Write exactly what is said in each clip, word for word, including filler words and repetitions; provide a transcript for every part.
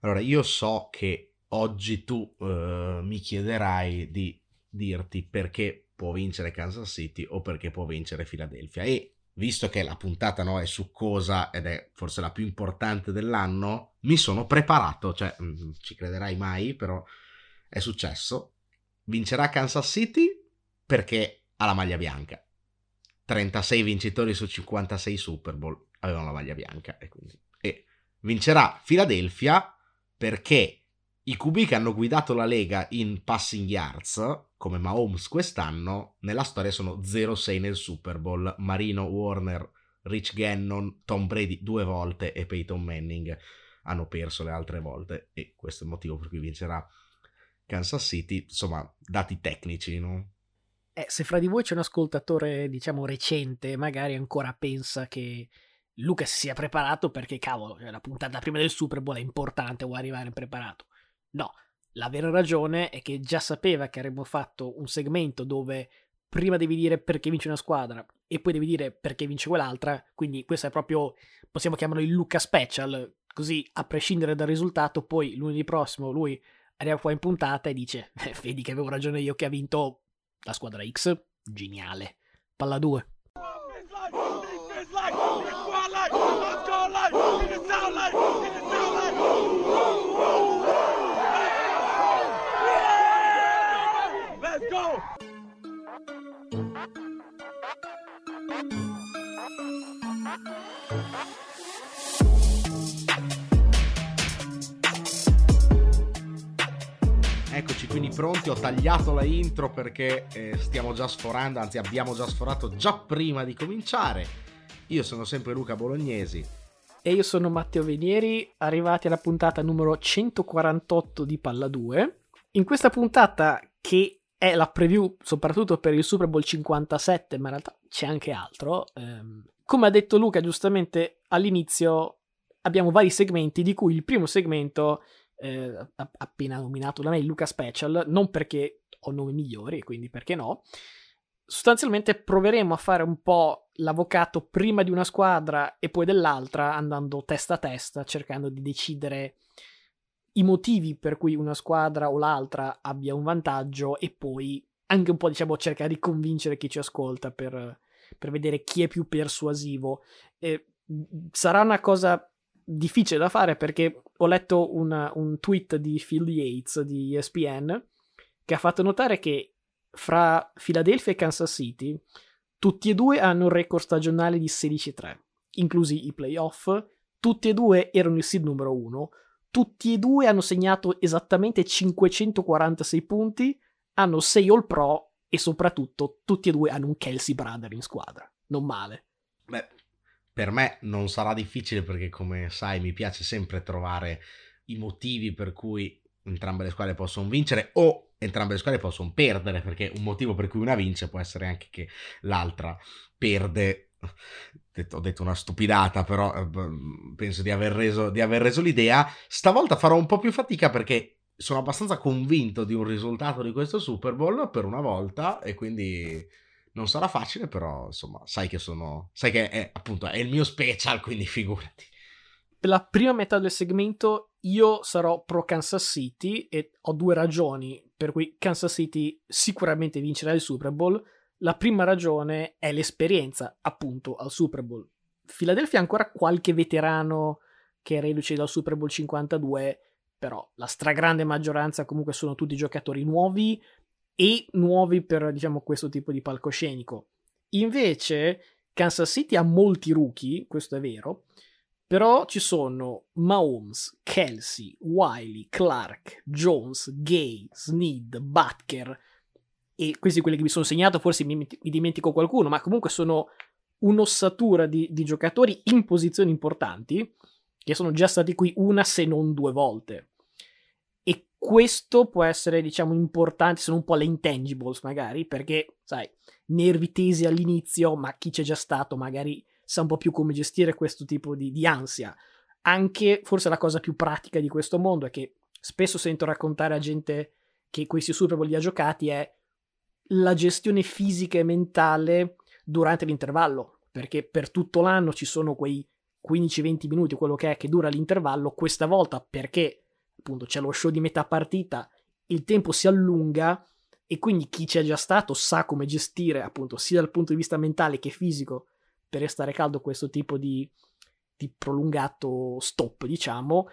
Allora, io so che oggi tu eh, mi chiederai di dirti perché può vincere Kansas City o perché può vincere Philadelphia. E visto che la puntata, no, è succosa ed è forse la più importante dell'anno, mi sono preparato, cioè mm, ci crederai mai, però è successo. Vincerà Kansas City perché ha la maglia bianca. trentasei vincitori su cinquantasei Super Bowl avevano la maglia bianca e quindi e vincerà Philadelphia perché i Q B che hanno guidato la Lega in passing yards, come Mahomes quest'anno, nella storia sono zero sei nel Super Bowl. Marino, Warner, Rich Gannon, Tom Brady due volte e Peyton Manning hanno perso le altre volte e questo è il motivo per cui vincerà Kansas City. Insomma, dati tecnici, no? Eh, se fra di voi c'è un ascoltatore, diciamo, recente, magari ancora pensa che Lucas sia preparato perché, cavolo, la puntata prima del Super Bowl è importante, vuoi arrivare preparato. No, la vera ragione è che già sapeva che avremmo fatto un segmento dove prima devi dire perché vince una squadra e poi devi dire perché vince quell'altra, quindi questo è proprio, possiamo chiamarlo il Luca Special, così a prescindere dal risultato, poi lunedì prossimo lui arriva qua in puntata e dice, eh, vedi che avevo ragione io che ha vinto la squadra X, geniale. Palla due. Let's go! Eccoci quindi pronti, ho tagliato la intro perché eh, stiamo già sforando, anzi abbiamo già sforato già prima di cominciare. Io sono sempre Luca Bolognesi. E io sono Matteo Venieri, arrivati alla puntata numero centoquarantotto di Palla due. In questa puntata, che è la preview soprattutto per il Super Bowl cinquantasette, ma in realtà c'è anche altro, ehm, come ha detto Luca giustamente all'inizio, abbiamo vari segmenti, di cui il primo segmento... Eh, appena nominato da me, il Luca Special, non perché ho nomi migliori, quindi perché no. Sostanzialmente proveremo a fare un po' l'avvocato prima di una squadra e poi dell'altra, andando testa a testa, cercando di decidere i motivi per cui una squadra o l'altra abbia un vantaggio e poi anche un po', diciamo, cercare di convincere chi ci ascolta per, per vedere chi è più persuasivo. E sarà una cosa difficile da fare perché ho letto una, un tweet di Phil Yates di E S P N che ha fatto notare che fra Philadelphia e Kansas City tutti e due hanno un record stagionale di sedici tre, inclusi i playoff, tutti e due erano il seed numero uno, tutti e due hanno segnato esattamente cinquecentoquarantasei punti, hanno sei All Pro e soprattutto tutti e due hanno un Kelsey Brother in squadra. Non male. Beh, per me non sarà difficile perché, come sai, mi piace sempre trovare i motivi per cui entrambe le squadre possono vincere o entrambe le squadre possono perdere, perché un motivo per cui una vince può essere anche che l'altra perde. Ho detto una stupidata, però penso di aver reso, di aver reso l'idea. Stavolta farò un po' più fatica perché sono abbastanza convinto di un risultato di questo Super Bowl per una volta e quindi... non sarà facile, però insomma, sai che sono. Sai che è appunto è il mio special, quindi figurati. Per la prima metà del segmento io sarò pro Kansas City e ho due ragioni per cui Kansas City sicuramente vincerà il Super Bowl. La prima ragione è l'esperienza, appunto, al Super Bowl. Philadelphia ha ancora qualche veterano che è reduce dal Super Bowl cinquantadue, però la stragrande maggioranza comunque sono tutti giocatori nuovi e nuovi per, diciamo, questo tipo di palcoscenico. Invece Kansas City ha molti rookie, questo è vero, però ci sono Mahomes, Kelsey, Wiley, Clark, Jones, Gay, Snead, Butker, e questi quelli che mi sono segnato, forse mi, mi dimentico qualcuno, ma comunque sono un'ossatura di, di giocatori in posizioni importanti che sono già stati qui una se non due volte. E questo può essere, diciamo, importante, sono un po' le intangibles magari, perché, sai, nervi tesi all'inizio, ma chi c'è già stato magari sa un po' più come gestire questo tipo di, di ansia. Anche, forse la cosa più pratica di questo mondo è che spesso sento raccontare a gente che questi Super Bowl li ha giocati è la gestione fisica e mentale durante l'intervallo, perché per tutto l'anno ci sono quei quindici venti minuti, quello che è, che dura l'intervallo. Questa volta, perché appunto c'è lo show di metà partita, il tempo si allunga e quindi chi c'è già stato sa come gestire, appunto, sia dal punto di vista mentale che fisico, per restare caldo questo tipo di, di prolungato stop, diciamo,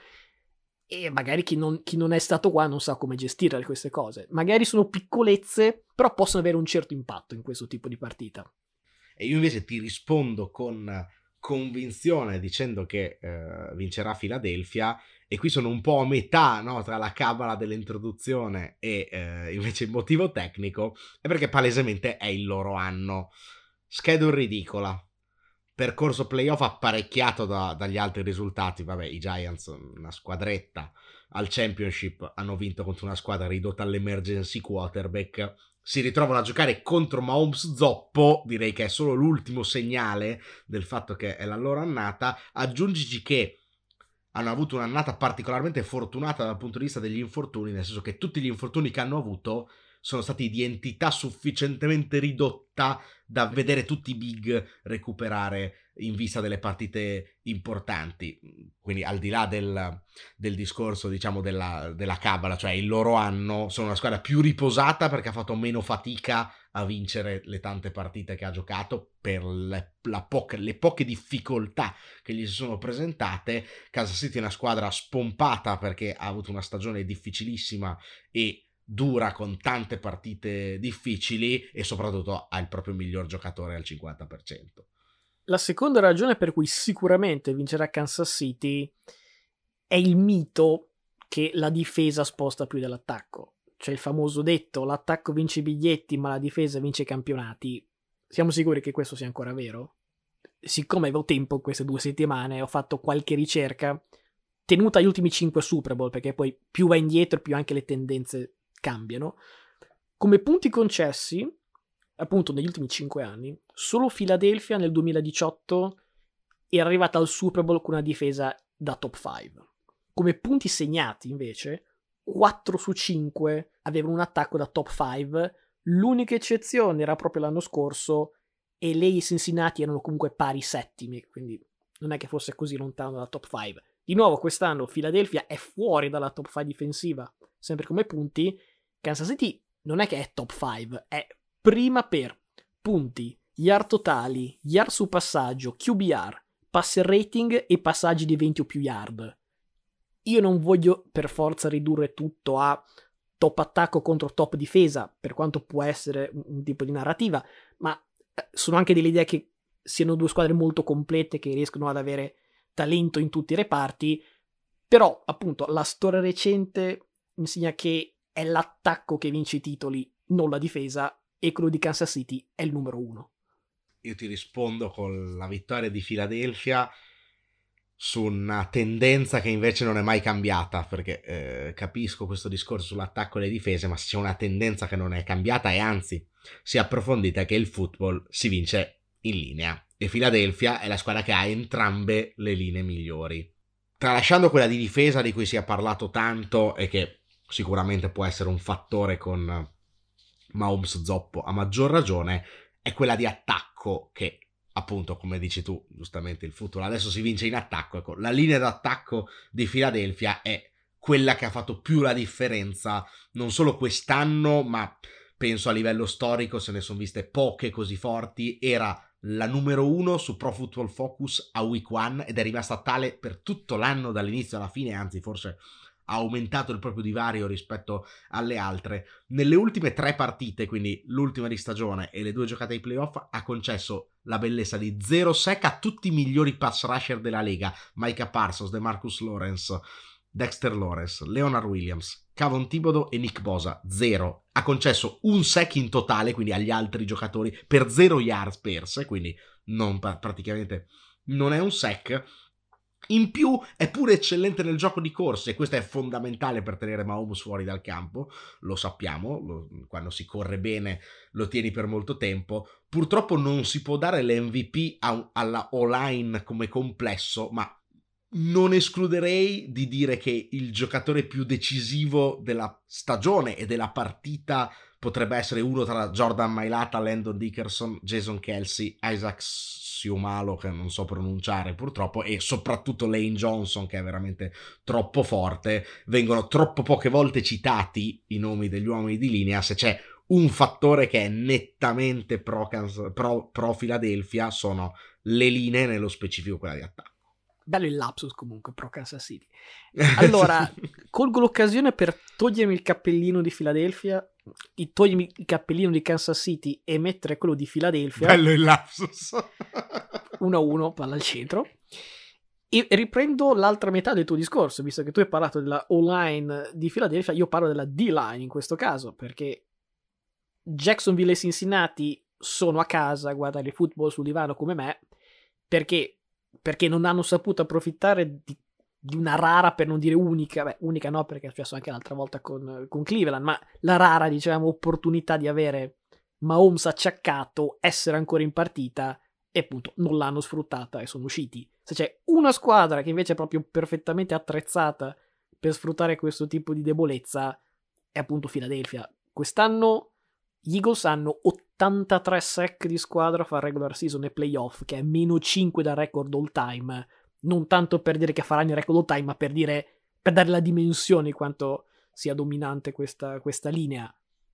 e magari chi non, chi non è stato qua non sa come gestire queste cose. Magari sono piccolezze, però possono avere un certo impatto in questo tipo di partita. E io invece ti rispondo con convinzione dicendo che eh, vincerà Philadelphia, e qui sono un po' a metà, no, tra la cabala dell'introduzione e eh, invece il motivo tecnico, è perché palesemente è il loro anno. Schedule ridicola, percorso playoff apparecchiato da, dagli altri risultati. Vabbè, i Giants, una squadretta, al championship hanno vinto contro una squadra ridotta all'emergency quarterback, si ritrovano a giocare contro Mahomes zoppo, direi che è solo l'ultimo segnale del fatto che è la loro annata. Aggiungici che hanno avuto un'annata particolarmente fortunata dal punto di vista degli infortuni, nel senso che tutti gli infortuni che hanno avuto sono stati di entità sufficientemente ridotta da vedere tutti i big recuperare in vista delle partite importanti. Quindi al di là del, del discorso, diciamo, della, della cabala, cioè il loro anno, sono una squadra più riposata perché ha fatto meno fatica a vincere le tante partite che ha giocato per le, la poche, le poche difficoltà che gli si sono presentate. Kansas City è una squadra spompata perché ha avuto una stagione difficilissima e dura, con tante partite difficili, e soprattutto ha il proprio miglior giocatore al cinquanta per cento. La seconda ragione per cui sicuramente vincerà Kansas City è il mito che la difesa sposta più dell'attacco. Cioè il famoso detto: l'attacco vince i biglietti ma la difesa vince i campionati. Siamo sicuri che questo sia ancora vero? Siccome avevo tempo queste due settimane, ho fatto qualche ricerca tenuta agli ultimi cinque Super Bowl, perché poi più va indietro più anche le tendenze cambiano. Come punti concessi, appunto negli ultimi cinque anni, solo Philadelphia nel duemiladiciotto era arrivata al Super Bowl con una difesa da top cinque. Come punti segnati invece, quattro su cinque avevano un attacco da top cinque, l'unica eccezione era proprio l'anno scorso e lei e Cincinnati erano comunque pari settimi, quindi non è che fosse così lontano dalla top cinque. Di nuovo quest'anno Philadelphia è fuori dalla top cinque difensiva, sempre come punti. Kansas City non è che è top cinque, è prima per punti, yard totali, yard su passaggio, Q B R, passer rating e passaggi di venti o più yard. Io non voglio per forza ridurre tutto a top attacco contro top difesa, per quanto può essere un tipo di narrativa, ma sono anche dell'idea che siano due squadre molto complete che riescono ad avere talento in tutti i reparti. Però appunto la storia recente insegna che è l'attacco che vince i titoli, non la difesa, e quello di Kansas City è il numero uno. Io ti rispondo con la vittoria di Philadelphia su una tendenza che invece non è mai cambiata, perché eh, capisco questo discorso sull'attacco e le difese, ma se c'è una tendenza che non è cambiata e anzi si è approfondita, che il football si vince in linea, e Philadelphia è la squadra che ha entrambe le linee migliori. Tralasciando quella di difesa di cui si è parlato tanto e che sicuramente può essere un fattore con Mahomes zoppo a maggior ragione, è quella di attacco che, appunto, come dici tu giustamente, il football adesso si vince in attacco. Ecco, la linea d'attacco di Philadelphia è quella che ha fatto più la differenza, non solo quest'anno, ma penso a livello storico se ne sono viste poche così forti. Era la numero uno su Pro Football Focus a week one ed è rimasta tale per tutto l'anno dall'inizio alla fine, anzi forse ha aumentato il proprio divario rispetto alle altre. Nelle ultime tre partite, quindi l'ultima di stagione e le due giocate ai playoff, ha concesso la bellezza di zero sack a tutti i migliori pass rusher della Lega: Micah Parsons, DeMarcus Lawrence, Dexter Lawrence, Leonard Williams, Kayvon Thibodeau e Nick Bosa. Zero. Ha concesso un sack in totale, quindi agli altri giocatori, per zero yards perse, quindi non praticamente non è un sack. In più è pure eccellente nel gioco di corse, e questo è fondamentale per tenere Mahomes fuori dal campo, lo sappiamo, lo, quando si corre bene lo tieni per molto tempo. Purtroppo non si può dare l'M V P a, alla O-line come complesso, ma non escluderei di dire che il giocatore più decisivo della stagione e della partita potrebbe essere uno tra Jordan Mailata, Landon Dickerson, Jason Kelsey, Isaac Siumalo, che non so pronunciare purtroppo, e soprattutto Lane Johnson, che è veramente troppo forte. Vengono troppo poche volte citati i nomi degli uomini di linea. Se c'è un fattore che è nettamente pro, pro, pro Philadelphia sono le linee, nello specifico quella di attacco. Bello il lapsus comunque, pro Kansas City. Allora, colgo l'occasione per togliermi il cappellino di Philadelphia, togliermi il cappellino di Kansas City e mettere quello di Philadelphia. Bello il lapsus. uno a uno, palla al centro. E riprendo l'altra metà del tuo discorso, visto che tu hai parlato della O-line di Philadelphia, io parlo della D-line in questo caso, perché Jacksonville e Cincinnati sono a casa a guardare il football sul divano come me, perché perché non hanno saputo approfittare di, di una rara, per non dire unica, beh, unica no, perché è successo anche l'altra volta con, con Cleveland, ma la rara, diciamo, opportunità di avere Mahomes acciaccato, essere ancora in partita, e appunto non l'hanno sfruttata e sono usciti. Se c'è una squadra che invece è proprio perfettamente attrezzata per sfruttare questo tipo di debolezza, è appunto Philadelphia. Quest'anno gli Eagles hanno ottantatré sack di squadra fra regular season e playoff, che è meno cinque da record all time. Non tanto per dire che faranno il record all time, ma per dire, per dare la dimensione di quanto sia dominante questa, questa linea.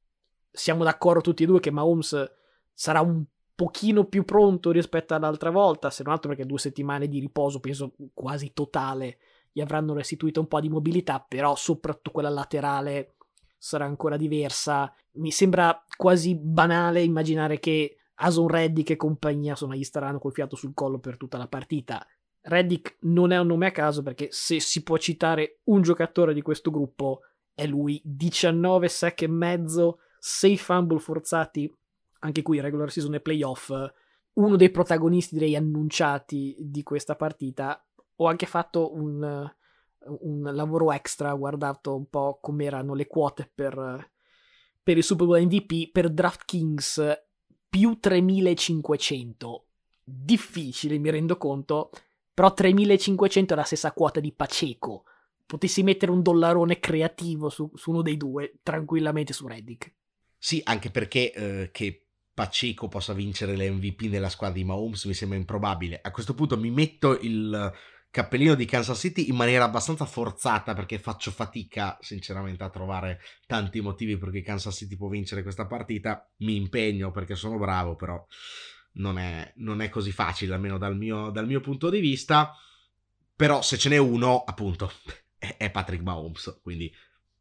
Siamo d'accordo tutti e due che Mahomes sarà un pochino più pronto rispetto all'altra volta, se non altro perché due settimane di riposo, penso quasi totale, gli avranno restituito un po' di mobilità, però soprattutto quella laterale sarà ancora diversa. Mi sembra quasi banale immaginare che Haason Reddick e compagnia insomma gli staranno col fiato sul collo per tutta la partita. Reddick non è un nome a caso, perché se si può citare un giocatore di questo gruppo è lui. Diciannove sack e mezzo, sei fumble forzati, anche qui regular season e playoff, uno dei protagonisti direi annunciati di questa partita. Ho anche fatto un un lavoro extra, guardato un po' come erano le quote per, per il Super Bowl M V P per DraftKings, più tremilacinquecento. Difficile, mi rendo conto, però tremilacinquecento è la stessa quota di Pacheco. Potessi mettere un dollarone creativo su, su uno dei due, tranquillamente su Reddick. Sì, anche perché eh, che Pacheco possa vincere l'M V P nella squadra di Mahomes mi sembra improbabile. A questo punto mi metto il cappellino di Kansas City in maniera abbastanza forzata, perché faccio fatica sinceramente a trovare tanti motivi per cui Kansas City può vincere questa partita. Mi impegno perché sono bravo, però non è, non è così facile, almeno dal mio, dal mio punto di vista. Però se ce n'è uno, appunto, è, è Patrick Mahomes, quindi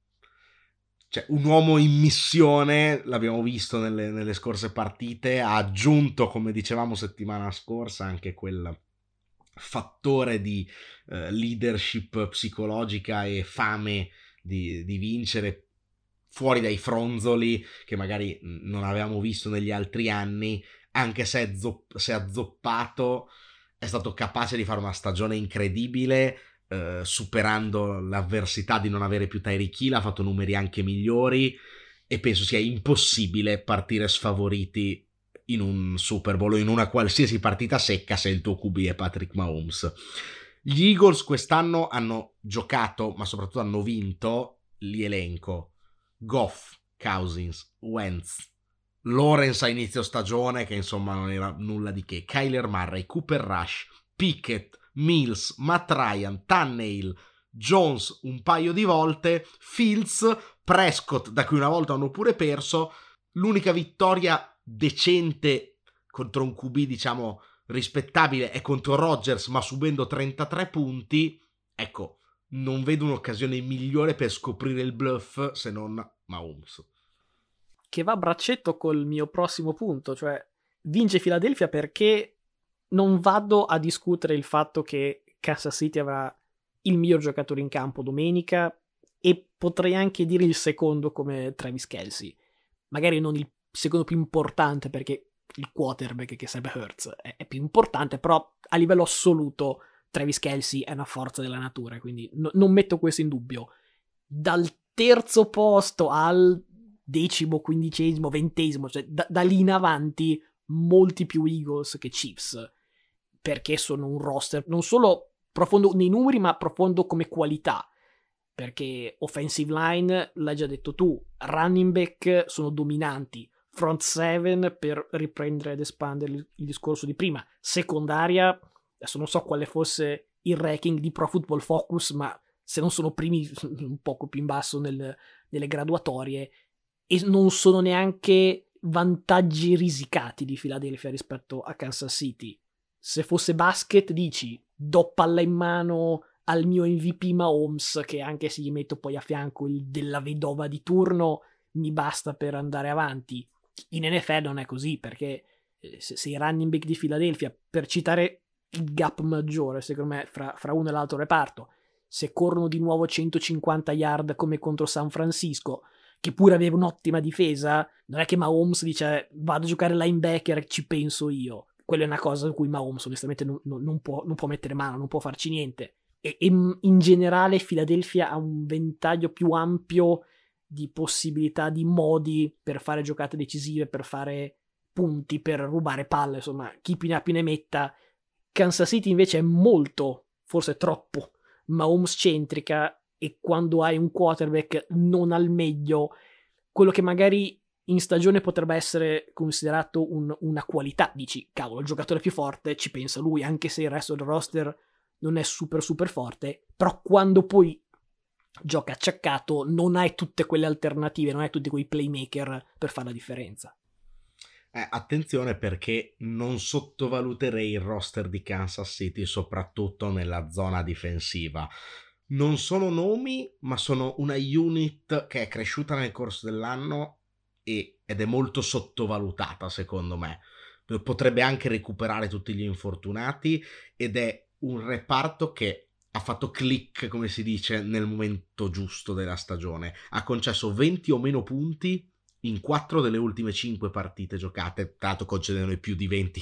cioè un uomo in missione, l'abbiamo visto nelle, nelle scorse partite, ha aggiunto, come dicevamo settimana scorsa, anche quel fattore di eh, leadership psicologica e fame di, di vincere fuori dai fronzoli che magari non avevamo visto negli altri anni. Anche se è, zopp- se è azzoppato, è stato capace di fare una stagione incredibile, eh, superando l'avversità di non avere più Tyreek Hill, ha fatto numeri anche migliori, e penso sia impossibile partire sfavoriti in un Super Bowl o in una qualsiasi partita secca se il tuo Q B è Patrick Mahomes. Gli Eagles quest'anno hanno giocato, ma soprattutto hanno vinto, li elenco: Goff, Cousins, Wentz, Lawrence a inizio stagione, che insomma non era nulla di che, Kyler Murray, Cooper Rush, Pickett, Mills, Matt Ryan, Tannehill, Jones un paio di volte, Fields, Prescott, da cui una volta hanno pure perso. L'unica vittoria decente contro un Q B diciamo rispettabile è contro Rodgers, ma subendo trentatré punti. Ecco, non vedo un'occasione migliore per scoprire il bluff se non Mahomes, che va a braccetto col mio prossimo punto, cioè vince Philadelphia perché non vado a discutere il fatto che Kansas City avrà il miglior giocatore in campo domenica, e potrei anche dire il secondo come Travis Kelce, magari non il secondo più importante perché il quarterback, che sarebbe Hurts, è, è più importante, però a livello assoluto Travis Kelce è una forza della natura, quindi no, non metto questo in dubbio. Dal terzo posto al decimo, quindicesimo, ventesimo, cioè da, da lì in avanti molti più Eagles che Chiefs, perché sono un roster non solo profondo nei numeri, ma profondo come qualità, perché offensive line, l'hai già detto tu, running back sono dominanti, front seven, per riprendere ed espandere il, il discorso di prima, secondaria, adesso non so quale fosse il ranking di Pro Football Focus, ma se non sono primi un poco più in basso nel, nelle graduatorie, e non sono neanche vantaggi risicati di Philadelphia rispetto a Kansas City. Se fosse basket dici do palla in mano al mio M V P Mahomes, che anche se gli metto poi a fianco il della vedova di turno mi basta per andare avanti. In N F L non è così, perché se, se i running back di Philadelphia, per citare il gap maggiore secondo me fra, fra uno e l'altro reparto, se corrono di nuovo centocinquanta yard come contro San Francisco, che pure aveva un'ottima difesa, non è che Mahomes dice vado a giocare linebacker, ci penso io. Quella è una cosa su cui Mahomes onestamente non, non, non, può, non può mettere mano, non può farci niente. E, e in generale Philadelphia ha un ventaglio più ampio di possibilità, di modi per fare giocate decisive, per fare punti, per rubare palle, insomma, chi più ne ha più ne metta. Kansas City invece è molto, forse troppo, Mahomes centrica, e quando hai un quarterback non al meglio, quello che magari in stagione potrebbe essere considerato un, una qualità, dici cavolo, il giocatore più forte, ci pensa lui, anche se il resto del roster non è super super forte, però quando poi gioca acciaccato non hai tutte quelle alternative, non hai tutti quei playmaker per fare la differenza. Eh, attenzione, perché non sottovaluterei il roster di Kansas City, soprattutto nella zona difensiva. Non sono nomi, ma sono una unit che è cresciuta nel corso dell'anno e, ed è molto sottovalutata secondo me. Potrebbe anche recuperare tutti gli infortunati, ed è un reparto che ha fatto click, come si dice, nel momento giusto della stagione. Ha concesso venti o meno punti in quattro delle ultime cinque partite giocate, tra l'altro concedendo i più di venti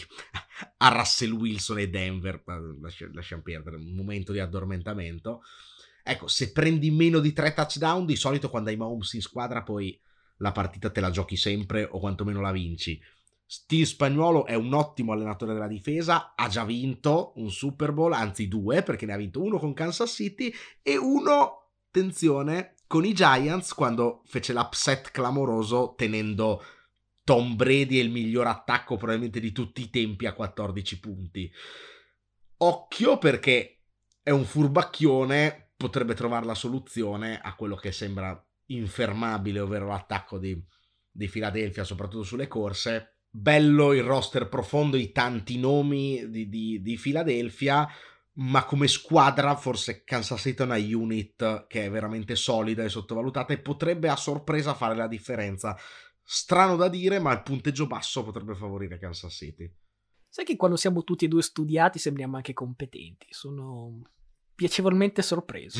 a Russell Wilson e Denver. Lasciamo lascia perdere, un momento di addormentamento. Ecco, se prendi meno di tre touchdown, di solito quando hai Mahomes in squadra poi la partita te la giochi sempre, o quantomeno la vinci. Steve Spagnuolo è un ottimo allenatore della difesa, ha già vinto un Super Bowl, anzi due, perché ne ha vinto uno con Kansas City e uno, attenzione, con i Giants, quando fece l'upset clamoroso tenendo Tom Brady e il miglior attacco probabilmente di tutti i tempi a quattordici punti. Occhio, perché è un furbacchione, potrebbe trovare la soluzione a quello che sembra infermabile, ovvero l'attacco di, di Philadelphia, soprattutto sulle corse. Bello il roster profondo, i tanti nomi di, di, di Philadelphia, ma come squadra forse Kansas City è una unit che è veramente solida e sottovalutata, e potrebbe a sorpresa fare la differenza. Strano da dire, ma il punteggio basso potrebbe favorire Kansas City. Sai che quando siamo tutti e due studiati sembriamo anche competenti. Sono piacevolmente sorpreso.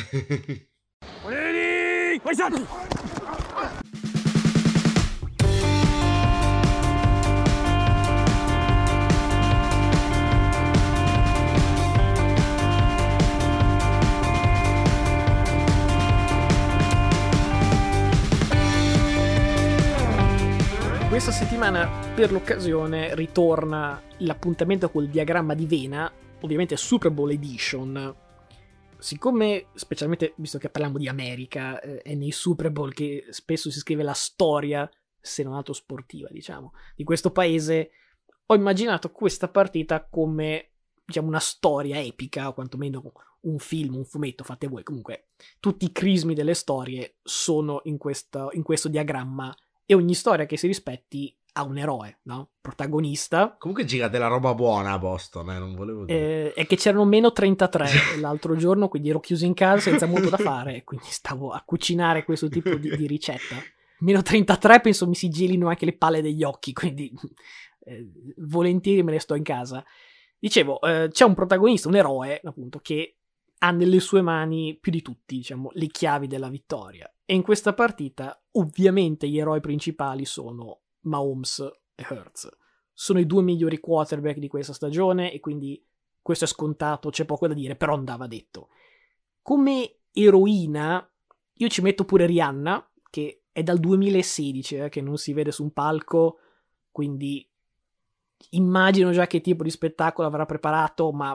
Questa settimana, per l'occasione, ritorna l'appuntamento col diagramma di vena, ovviamente Super Bowl Edition. Siccome, specialmente visto che parliamo di America, eh, è nei Super Bowl che spesso si scrive la storia, se non altro sportiva, diciamo, di questo paese, ho immaginato questa partita come, diciamo, una storia epica, o quantomeno un film, un fumetto, fate voi. Comunque, tutti i crismi delle storie sono in questo, in questo diagramma, e ogni storia che si rispetti ha un eroe, no? Protagonista. Comunque gira della roba buona a Boston, eh? Non volevo dire. Eh, è che c'erano meno trentatré l'altro giorno, quindi ero chiuso in casa senza molto da fare, quindi stavo a cucinare questo tipo di, di ricetta. Meno trentatré, penso mi si gelino anche le palle degli occhi, quindi eh, volentieri me ne sto in casa. Dicevo, eh, c'è un protagonista, un eroe, appunto, che ha nelle sue mani più di tutti, diciamo, le chiavi della vittoria. E in questa partita, ovviamente, gli eroi principali sono Mahomes e Hurts. Sono i due migliori quarterback di questa stagione, e quindi questo è scontato, c'è poco da dire, però andava detto. Come eroina, io ci metto pure Rihanna, che è dal duemilasedici eh, che non si vede su un palco, quindi immagino già che tipo di spettacolo avrà preparato, ma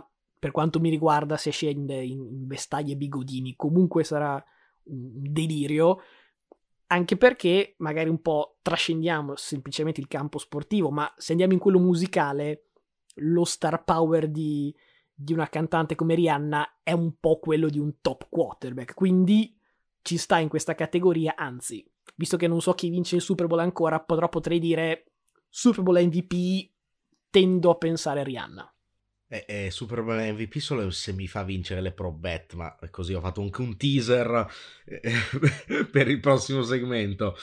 per quanto mi riguarda, se scende in, in vestaglie e bigodini, comunque sarà un delirio, anche perché magari un po' trascendiamo semplicemente il campo sportivo, ma se andiamo in quello musicale, lo star power di, di una cantante come Rihanna è un po' quello di un top quarterback, quindi ci sta in questa categoria, anzi, visto che non so chi vince il Super Bowl ancora, però potrei dire Super Bowl M V P, tendo a pensare a Rihanna. Eh, eh, Super Bowl M V P solo se mi fa vincere le pro bet, ma così ho fatto un, un teaser eh, per il prossimo segmento.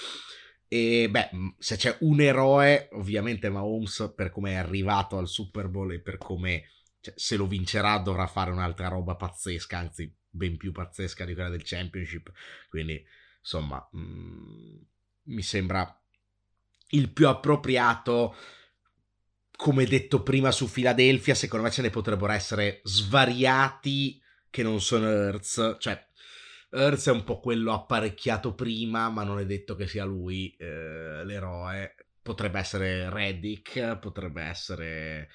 E beh, se c'è un eroe, ovviamente Mahomes, per come è arrivato al Super Bowl e per come, cioè, se lo vincerà dovrà fare un'altra roba pazzesca, anzi ben più pazzesca di quella del Championship, quindi insomma mh, mi sembra il più appropriato. Come detto prima su Philadelphia, secondo me ce ne potrebbero essere svariati che non sono Hurts, cioè Hurts è un po' quello apparecchiato prima, ma non è detto che sia lui eh, l'eroe. Potrebbe essere Reddick, potrebbe essere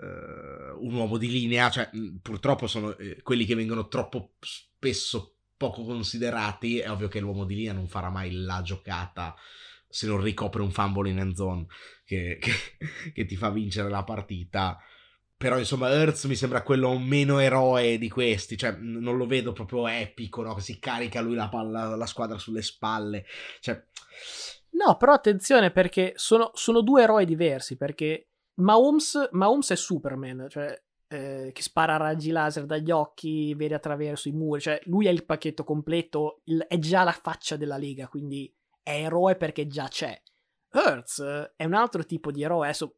eh, un uomo di linea, cioè purtroppo sono eh, quelli che vengono troppo spesso poco considerati. È ovvio che l'uomo di linea non farà mai la giocata se non ricopre un fumble in end zone che, che, che ti fa vincere la partita. Però insomma Hurts mi sembra quello meno eroe di questi, cioè non lo vedo proprio epico, no? Che si carica lui la palla, la squadra sulle spalle, cioè... No, però attenzione, perché sono, sono due eroi diversi, perché Mahomes, Mahomes è Superman, cioè eh, che spara raggi laser dagli occhi, vede attraverso i muri, cioè lui ha il pacchetto completo, il, è già la faccia della Lega, quindi è eroe perché già c'è. Hurts è un altro tipo di eroe, adesso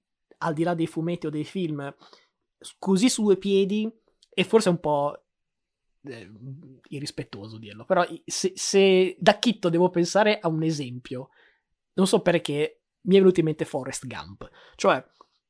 al di là dei fumetti o dei film, così su due piedi, e forse è un po' eh, irrispettoso dirlo, però se, se da Kitto devo pensare a un esempio, non so perché mi è venuto in mente Forrest Gump, cioè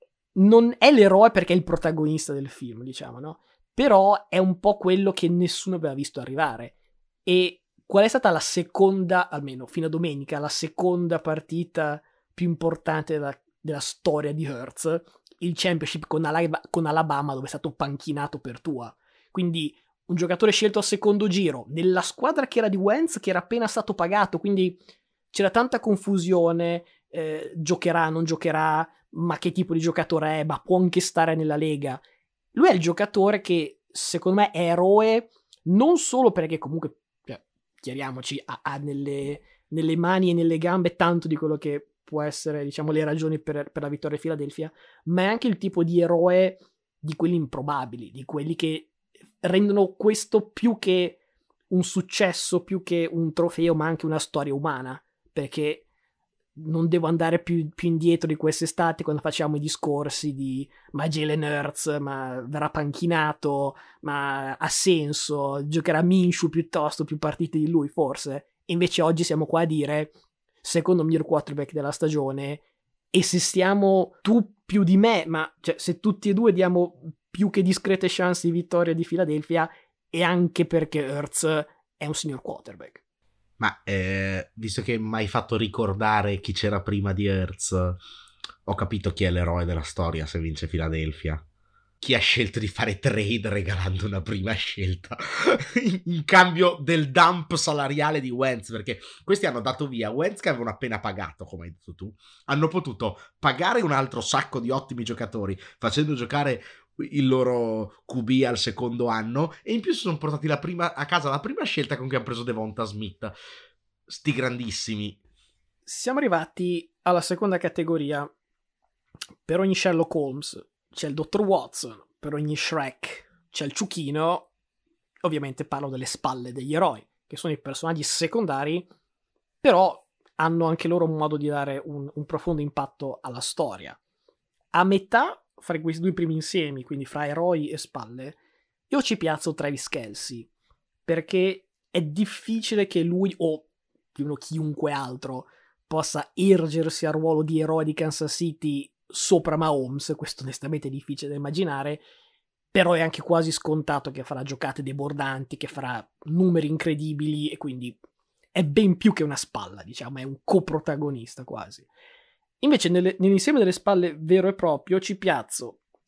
non è l'eroe perché è il protagonista del film, diciamo, no? Però è un po' quello che nessuno aveva visto arrivare. E qual è stata la seconda, almeno fino a domenica, la seconda partita più importante della, della storia di Hurts? Il Championship con, Alabama, con Alabama, dove è stato panchinato per Tua. Quindi un giocatore scelto al secondo giro, nella squadra che era di Wentz, che era appena stato pagato, quindi c'era tanta confusione, eh, giocherà, non giocherà, ma che tipo di giocatore è, ma può anche stare nella Lega. Lui è il giocatore che, secondo me, è eroe, non solo perché comunque, chiariamoci, ha, ha nelle, nelle mani e nelle gambe tanto di quello che può essere, diciamo, le ragioni per, per la vittoria di Philadelphia, ma è anche il tipo di eroe di quelli improbabili, di quelli che rendono questo più che un successo, più che un trofeo, ma anche una storia umana, perché non devo andare più, più indietro di quest'estate quando facciamo i discorsi di ma Jalen Hurts, ma verrà panchinato, ma ha senso, giocherà Minshew piuttosto più partite di lui forse, e invece oggi siamo qua a dire secondo miglior quarterback della stagione, e se stiamo tu più di me, ma cioè, se tutti e due diamo più che discrete chance di vittoria di Philadelphia, è anche perché Hurts è un signor quarterback. Ma eh, visto che mi hai fatto ricordare chi c'era prima di Hurts, ho capito chi è l'eroe della storia se vince Philadelphia. Chi ha scelto di fare trade regalando una prima scelta in cambio del dump salariale di Wentz, perché questi hanno dato via Wentz che avevano appena pagato, come hai detto tu, hanno potuto pagare un altro sacco di ottimi giocatori facendo giocare il loro Q B al secondo anno, e in più si sono portati la prima, a casa la prima scelta con cui hanno preso Devonta Smith. Sti grandissimi. Siamo arrivati alla seconda categoria. Per ogni Sherlock Holmes c'è il dottor Watson, per ogni Shrek c'è il ciuchino. Ovviamente parlo delle spalle degli eroi, che sono i personaggi secondari, però hanno anche loro un modo di dare un, un profondo impatto alla storia. A metà fra questi due primi insiemi, quindi fra eroi e spalle, io ci piazzo Travis Kelce, perché è difficile che lui, o più o chiunque altro, possa ergersi al ruolo di eroe di Kansas City sopra Mahomes. Questo onestamente è difficile da immaginare, però è anche quasi scontato che farà giocate debordanti, che farà numeri incredibili, e quindi è ben più che una spalla, diciamo, è un coprotagonista quasi. Invece nelle, nell'insieme delle spalle vero e proprio ci piazzo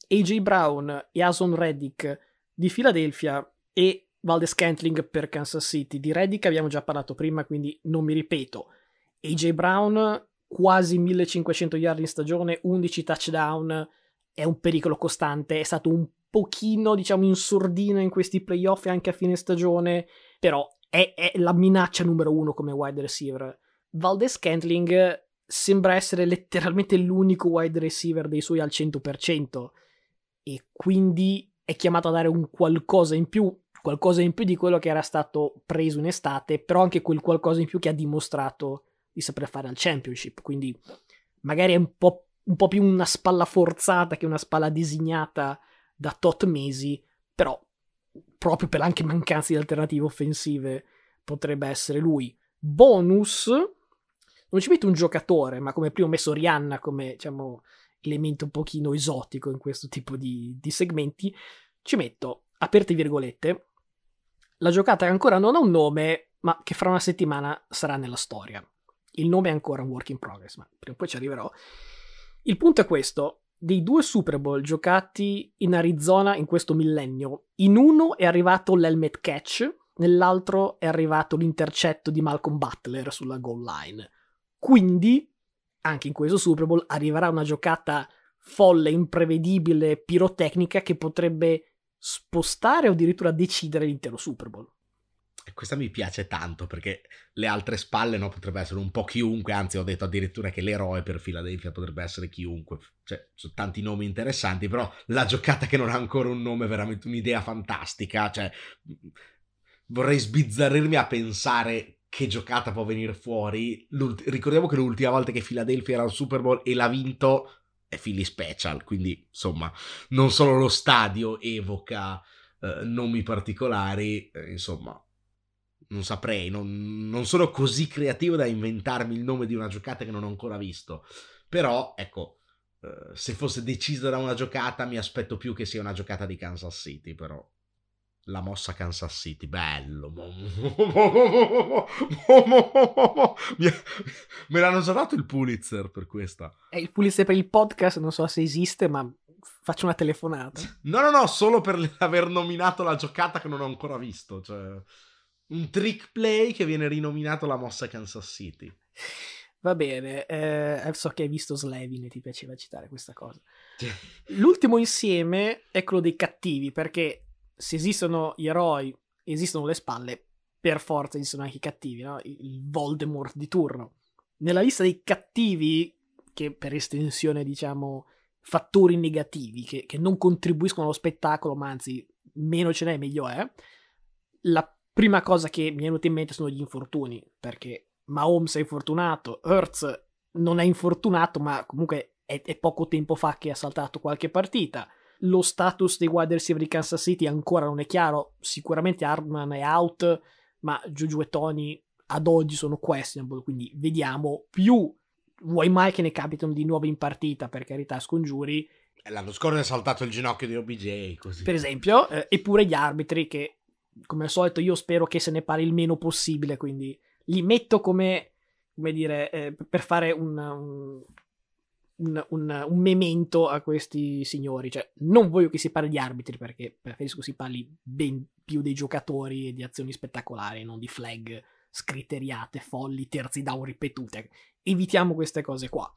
A J Brown e Haason Reddick di Philadelphia e Valdes-Scantling per Kansas City. Di Reddick abbiamo già parlato prima, quindi non mi ripeto. A J Brown quasi millecinquecento yard in stagione, undici touchdown, è un pericolo costante, è stato un pochino, diciamo, in sordina in questi playoff e anche a fine stagione, però è, è la minaccia numero uno come wide receiver. Valdes-Scantling sembra essere letteralmente l'unico wide receiver dei suoi al cento per cento e quindi è chiamato a dare un qualcosa in più, qualcosa in più di quello che era stato preso in estate, però anche quel qualcosa in più che ha dimostrato di saper fare al championship, quindi magari è un po', un po' più una spalla forzata che una spalla disegnata da tot mesi, però proprio per anche mancanza di alternative offensive potrebbe essere lui. Bonus, non ci metto un giocatore, ma come prima ho messo Rihanna come, diciamo, elemento un pochino esotico in questo tipo di, di segmenti, ci metto, aperte virgolette, la giocata che ancora non ha un nome, ma che fra una settimana sarà nella storia. Il nome è ancora un work in progress, ma prima o poi ci arriverò. Il punto è questo: dei due Super Bowl giocati in Arizona in questo millennio, in uno è arrivato l'helmet catch, nell'altro è arrivato l'intercetto di Malcolm Butler sulla goal line. Quindi, anche in questo Super Bowl arriverà una giocata folle, imprevedibile, pirotecnica che potrebbe spostare o addirittura decidere l'intero Super Bowl. E questa mi piace tanto perché le altre spalle, no, potrebbe essere un po' chiunque, anzi ho detto addirittura che l'eroe per Philadelphia potrebbe essere chiunque, cioè sono tanti nomi interessanti, però la giocata che non ha ancora un nome è veramente un'idea fantastica, cioè vorrei sbizzarrirmi a pensare che giocata può venire fuori. L'ult- ricordiamo che l'ultima volta che Philadelphia era al Super Bowl e l'ha vinto è Philly Special, quindi insomma non solo lo stadio evoca eh, nomi particolari, eh, insomma non saprei, non, non sono così creativo da inventarmi il nome di una giocata che non ho ancora visto, però ecco, eh, se fosse decisa da una giocata mi aspetto più che sia una giocata di Kansas City, però la mossa Kansas City, bello. Me l'hanno già dato il Pulitzer per questa. È il Pulitzer per il podcast, non so se esiste, ma faccio una telefonata. No, no, no, solo per aver nominato la giocata che non ho ancora visto, cioè un trick play che viene rinominato la mossa Kansas City. Va bene, eh, so che hai visto Slevin e ti piaceva citare questa cosa. L'ultimo insieme è quello dei cattivi, perché se esistono gli eroi, esistono le spalle, per forza esistono anche i cattivi, no? Il Voldemort di turno. Nella lista dei cattivi, che per estensione diciamo fattori negativi, che, che non contribuiscono allo spettacolo, ma anzi meno ce n'è meglio è, la prima cosa che mi è venuta in mente sono gli infortuni, perché Mahomes è infortunato, Hurts non è infortunato, ma comunque è, è poco tempo fa che ha saltato qualche partita. Lo status dei wide receiver di Kansas City ancora non è chiaro, sicuramente Hardman è out, ma Juju e Tony ad oggi sono questionable, quindi vediamo. Più vuoi mai che ne capitano di nuovo in partita, per carità, scongiuri. L'anno scorso è saltato il ginocchio di O B J, così. Per esempio, eh, eppure gli arbitri che, come al solito, io spero che se ne parli il meno possibile, quindi li metto come, come dire, eh, per fare un, un, un, un, un memento a questi signori. Cioè, non voglio che si parli di arbitri, perché preferisco si parli ben più dei giocatori e di azioni spettacolari, non di flag scriteriate, folli, terzi down ripetute. Evitiamo queste cose qua.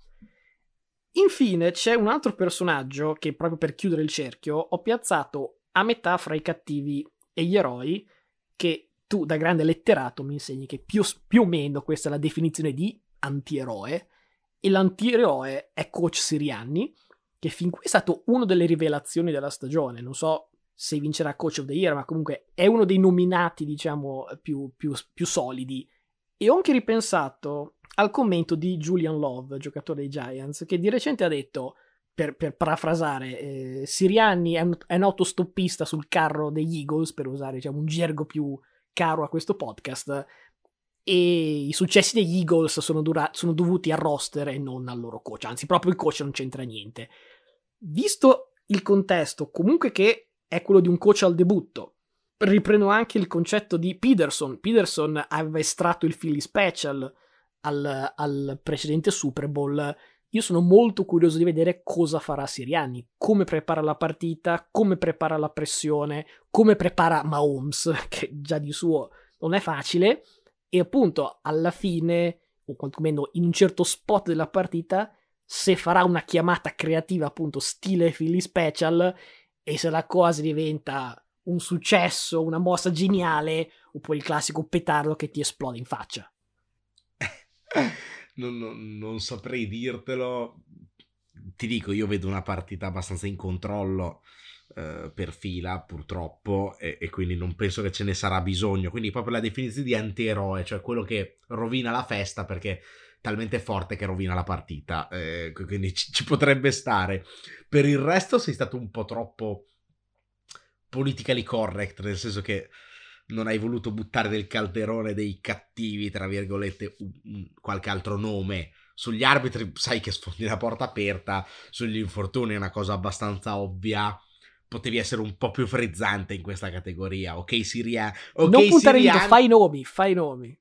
Infine c'è un altro personaggio che, proprio per chiudere il cerchio, ho piazzato a metà fra i cattivi e gli eroi, che tu da grande letterato mi insegni che più, più o meno questa è la definizione di antieroe, e l'antieroe è Coach Sirianni, che fin qui è stato una delle rivelazioni della stagione. Non so se vincerà Coach of the Year, ma comunque è uno dei nominati, diciamo, più, più, più solidi. E ho anche ripensato al commento di Julian Love, giocatore dei Giants, che di recente ha detto, per, per parafrasare, eh, Sirianni è un, è un autostoppista sul carro degli Eagles, per usare, diciamo, un gergo più caro a questo podcast, e i successi degli Eagles sono, dura- sono dovuti al roster e non al loro coach, anzi proprio il coach non c'entra niente. Visto il contesto comunque che è quello di un coach al debutto, riprendo anche il concetto di Peterson. Peterson aveva estratto il Philly Special al, al precedente Super Bowl, io sono molto curioso di vedere cosa farà Sirianni, come prepara la partita, come prepara la pressione, come prepara Mahomes, che già di suo non è facile, e appunto alla fine, o quantomeno in un certo spot della partita, se farà una chiamata creativa appunto stile Philly Special, e se la cosa diventa un successo, una mossa geniale, oppure il classico petardo che ti esplode in faccia. Non, non, non saprei dirtelo. Ti dico, io vedo una partita abbastanza in controllo eh, per fila, purtroppo, e, e quindi non penso che ce ne sarà bisogno. Quindi proprio la definizione di antieroe, cioè quello che rovina la festa perché è talmente forte che rovina la partita. Eh, quindi ci, ci potrebbe stare. Per il resto sei stato un po' troppo politically correct, nel senso che non hai voluto buttare nel calderone dei cattivi, tra virgolette, un, un, qualche altro nome. Sugli arbitri sai che sfondi la porta aperta, sugli infortuni è una cosa abbastanza ovvia. Potevi essere un po' più frizzante in questa categoria, ok Siria? Okay, non puntare Sirian... dito, fai i nomi, fai i nomi.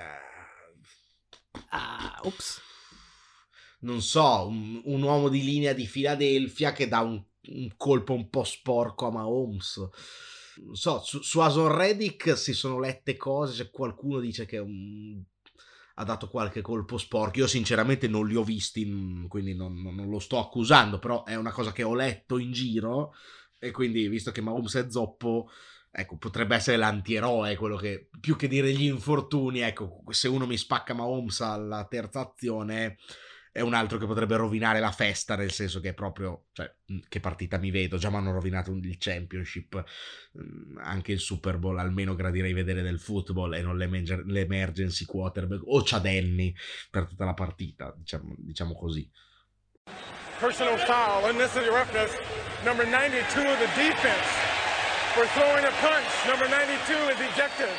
Uh... Ah, ops. Non so, un, un uomo di linea di Philadelphia che dà un, un colpo un po' sporco a Mahomes. Non so, su, su Haason Reddick si sono lette cose, cioè qualcuno dice che um, ha dato qualche colpo sporco. Io sinceramente non li ho visti, quindi non, non, non lo sto accusando, però è una cosa che ho letto in giro, e quindi visto che Mahomes è zoppo, ecco, potrebbe essere l'antieroe, quello che, più che dire gli infortuni, ecco, se uno mi spacca Mahomes alla terza azione è un altro che potrebbe rovinare la festa, nel senso che è proprio, cioè, che partita mi vedo, già mi hanno rovinato il championship, anche il Super Bowl, almeno gradirei vedere del football e non l'emergency quarterback o Ciadenni per tutta la partita, diciamo, diciamo così. Personal foul, unnecessary roughness, number ninety-two of the defense for throwing a punch, number ninety-two is ejected.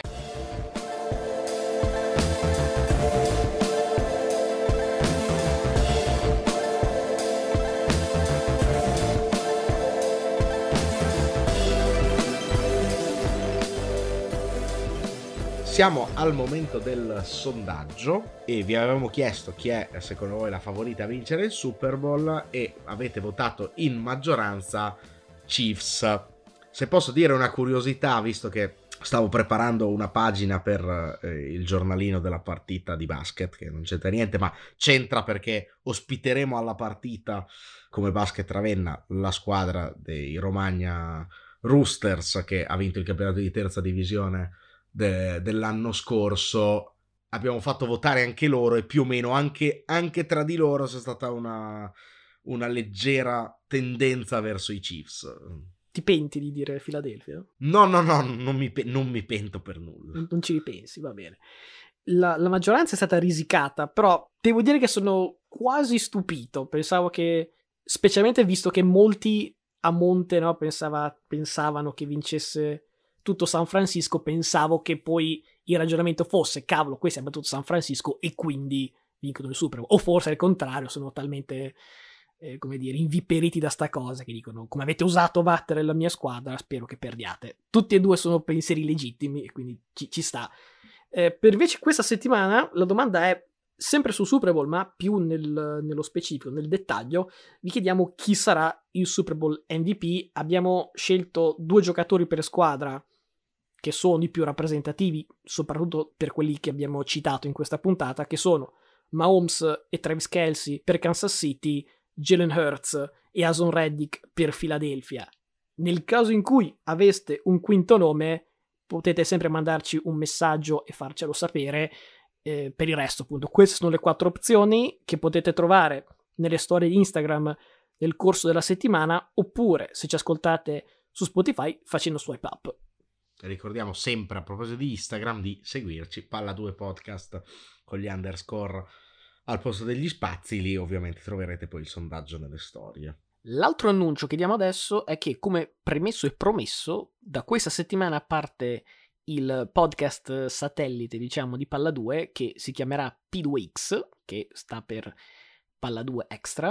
Siamo al momento del sondaggio e vi avevamo chiesto chi è secondo voi la favorita a vincere il Super Bowl e avete votato in maggioranza Chiefs. Se posso dire una curiosità, visto che stavo preparando una pagina per eh, il giornalino della partita di basket, che non c'entra niente, ma c'entra perché ospiteremo alla partita come Basket Ravenna la squadra dei Romagna Roosters, che ha vinto il campionato di terza divisione De, dell'anno scorso. Abbiamo fatto votare anche loro e più o meno anche, anche tra di loro c'è stata una, una leggera tendenza verso i Chiefs. Ti penti di dire Philadelphia? No, no, no, non mi, non mi pento per nulla. Non, non ci ripensi, va bene. La, la maggioranza è stata risicata, però devo dire che sono quasi stupito. Pensavo che, specialmente visto che molti a monte, no, pensava, pensavano che vincesse tutto San Francisco, pensavo che poi il ragionamento fosse cavolo, questo è battuto San Francisco e quindi vincono il Super Bowl, o forse al contrario, sono talmente eh, come dire inviperiti da sta cosa che dicono come avete osato battere la mia squadra, spero che perdiate. Tutti e due sono pensieri legittimi e quindi ci, ci sta. Eh, per invece questa settimana la domanda è sempre sul Super Bowl, ma più nel, nello specifico, nel dettaglio. Vi chiediamo chi sarà il Super Bowl M V P. Abbiamo scelto due giocatori per squadra che sono i più rappresentativi, soprattutto per quelli che abbiamo citato in questa puntata, che sono Mahomes e Travis Kelce per Kansas City, Jalen Hurts e Haason Reddick per Philadelphia. Nel caso in cui aveste un quinto nome, potete sempre mandarci un messaggio e farcelo sapere. Eh, per il resto, appunto, queste sono le quattro opzioni che potete trovare nelle storie di Instagram nel corso della settimana, oppure se ci ascoltate su Spotify facendo swipe up. Ricordiamo sempre, a proposito di Instagram, di seguirci, Palla due Podcast con gli underscore al posto degli spazi. Lì ovviamente troverete poi il sondaggio nelle storie. L'altro annuncio che diamo adesso è che, come premesso e promesso, da questa settimana parte il podcast satellite, diciamo, di Palla due, che si chiamerà P due X, che sta per Palla due Extra.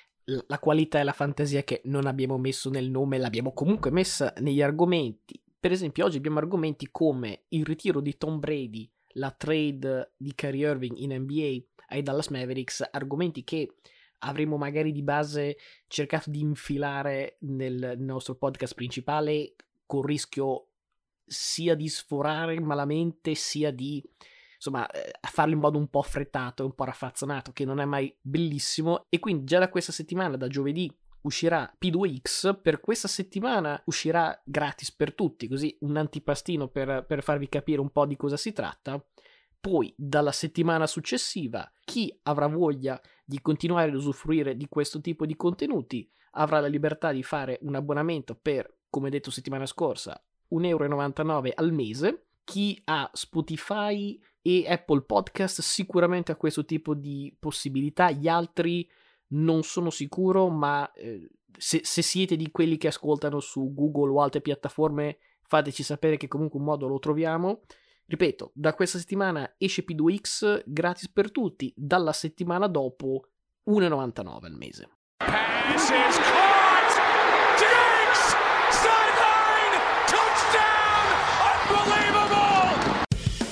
La qualità e la fantasia che non abbiamo messo nel nome l'abbiamo comunque messa negli argomenti. Per esempio oggi abbiamo argomenti come il ritiro di Tom Brady la trade di Kyrie Irving in N B A ai Dallas Mavericks, argomenti che avremmo magari di base cercato di infilare nel nostro podcast principale, con rischio sia di sforare malamente, sia di, insomma, eh, farlo in modo un po' affrettato e un po' raffazzonato, che non è mai bellissimo. E quindi già da questa settimana, da giovedì, uscirà P due X. Per questa settimana uscirà gratis per tutti, così un antipastino per, per farvi capire un po' di cosa si tratta. Poi dalla settimana successiva, chi avrà voglia di continuare ad usufruire di questo tipo di contenuti avrà la libertà di fare un abbonamento per, come detto settimana scorsa, un euro e novantanove al mese. Chi ha Spotify e Apple Podcast sicuramente ha questo tipo di possibilità, gli altri non sono sicuro, ma eh, se, se siete di quelli che ascoltano su Google o altre piattaforme, fateci sapere che comunque un modo lo troviamo. Ripeto, da questa settimana esce P due X gratis per tutti, dalla settimana dopo un euro e novantanove al mese. Pass is caught! Diggs! Sideline! Touchdown! Unbelievable!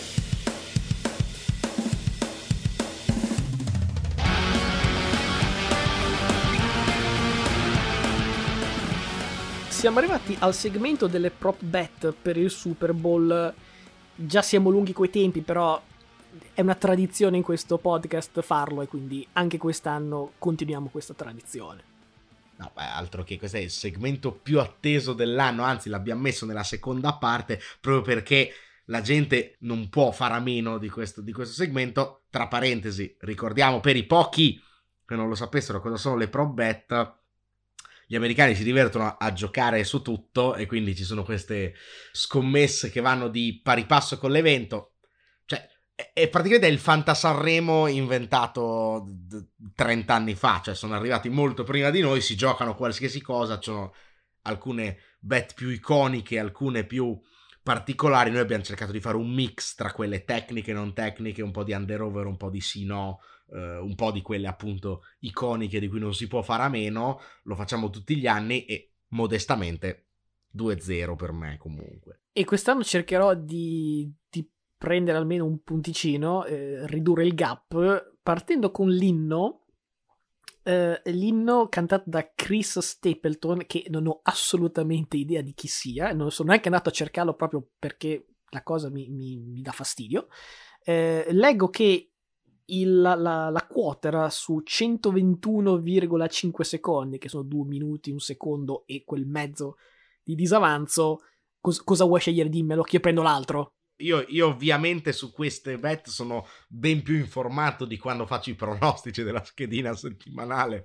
Siamo arrivati al segmento delle prop bet per il Super Bowl. Già siamo lunghi coi tempi, però è una tradizione in questo podcast farlo, e quindi anche quest'anno continuiamo questa tradizione. No, beh, altro che questo è il segmento più atteso dell'anno, anzi l'abbiamo messo nella seconda parte proprio perché la gente non può fare a meno di questo, di questo segmento. Tra parentesi, ricordiamo per i pochi che non lo sapessero cosa sono le prop bet, gli americani si divertono a giocare su tutto e quindi ci sono queste scommesse che vanno di pari passo con l'evento. Cioè, è, è praticamente il Fantasanremo inventato trenta anni fa, cioè sono arrivati molto prima di noi, si giocano qualsiasi cosa, ci sono alcune bet più iconiche, alcune più particolari. Noi abbiamo cercato di fare un mix tra quelle tecniche e non tecniche, un po' di under-over, un po' di sì-no, Uh, un po' di quelle appunto iconiche di cui non si può fare a meno. Lo facciamo tutti gli anni e modestamente due a zero per me comunque. E quest'anno cercherò di, di prendere almeno un punticino, eh, ridurre il gap, partendo con l'inno eh, l'inno cantato da Chris Stapleton, che non ho assolutamente idea di chi sia, non sono neanche andato a cercarlo proprio perché la cosa mi, mi, mi dà fastidio. Eh, leggo che Il, la, la, la quota era su centoventuno virgola cinque secondi, che sono due minuti, un secondo e quel mezzo di disavanzo. Cos- cosa vuoi scegliere? Dimmelo, che io prendo l'altro. Io, io ovviamente su queste bet sono ben più informato di quando faccio i pronostici della schedina settimanale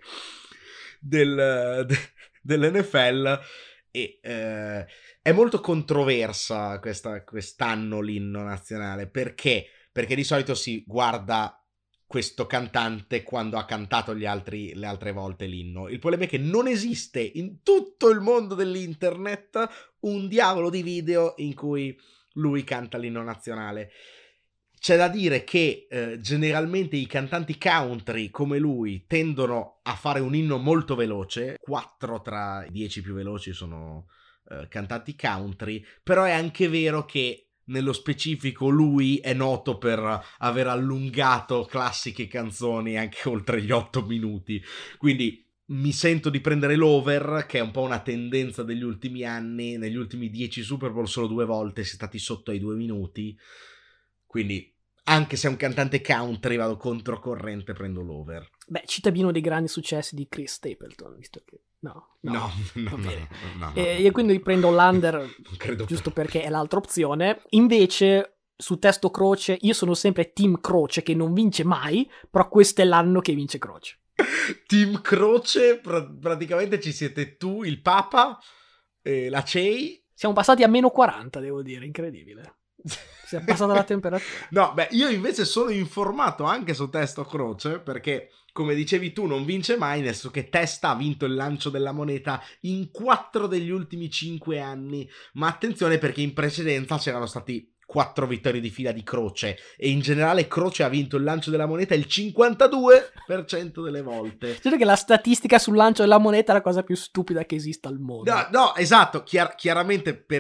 del, de, dell'N F L e eh, è molto controversa questa, quest'anno l'inno nazionale. Perché? Perché di solito si guarda questo cantante quando ha cantato gli altri, le altre volte l'inno. Il problema è che non esiste in tutto il mondo dell'internet un diavolo di video in cui lui canta l'inno nazionale. C'è da dire che eh, generalmente i cantanti country come lui tendono a fare un inno molto veloce, quattro tra i dieci più veloci sono eh, cantanti country, però è anche vero che nello specifico lui è noto per aver allungato classiche canzoni anche oltre gli otto minuti, quindi mi sento di prendere l'over, che è un po' una tendenza degli ultimi anni. Negli ultimi dieci Super Bowl solo due volte si è stati sotto ai due minuti, quindi anche se è un cantante country vado controcorrente, prendo l'over. Beh, citami uno dei grandi successi di Chris Stapleton, visto che no, no, no, no, va bene. no, no, no. E io quindi prendo l'under giusto per... perché è l'altra opzione. Invece su testo croce io sono sempre team croce, che non vince mai, però questo è l'anno che vince croce. Team croce, pr- praticamente ci siete tu, il Papa e la Cei. Siamo passati a meno quaranta, devo dire, incredibile. Si è passata la temperatura. No, beh, io invece sono informato anche su testo croce, perché come dicevi tu non vince mai, nel senso che Testa ha vinto il lancio della moneta in quattro degli ultimi cinque anni, ma attenzione perché in precedenza c'erano stati quattro vittorie di fila di Croce e in generale Croce ha vinto il lancio della moneta il cinquantadue per cento delle volte. Cioè che la statistica sul lancio della moneta è la cosa più stupida che esista al mondo. No, no, esatto, chiar- chiaramente per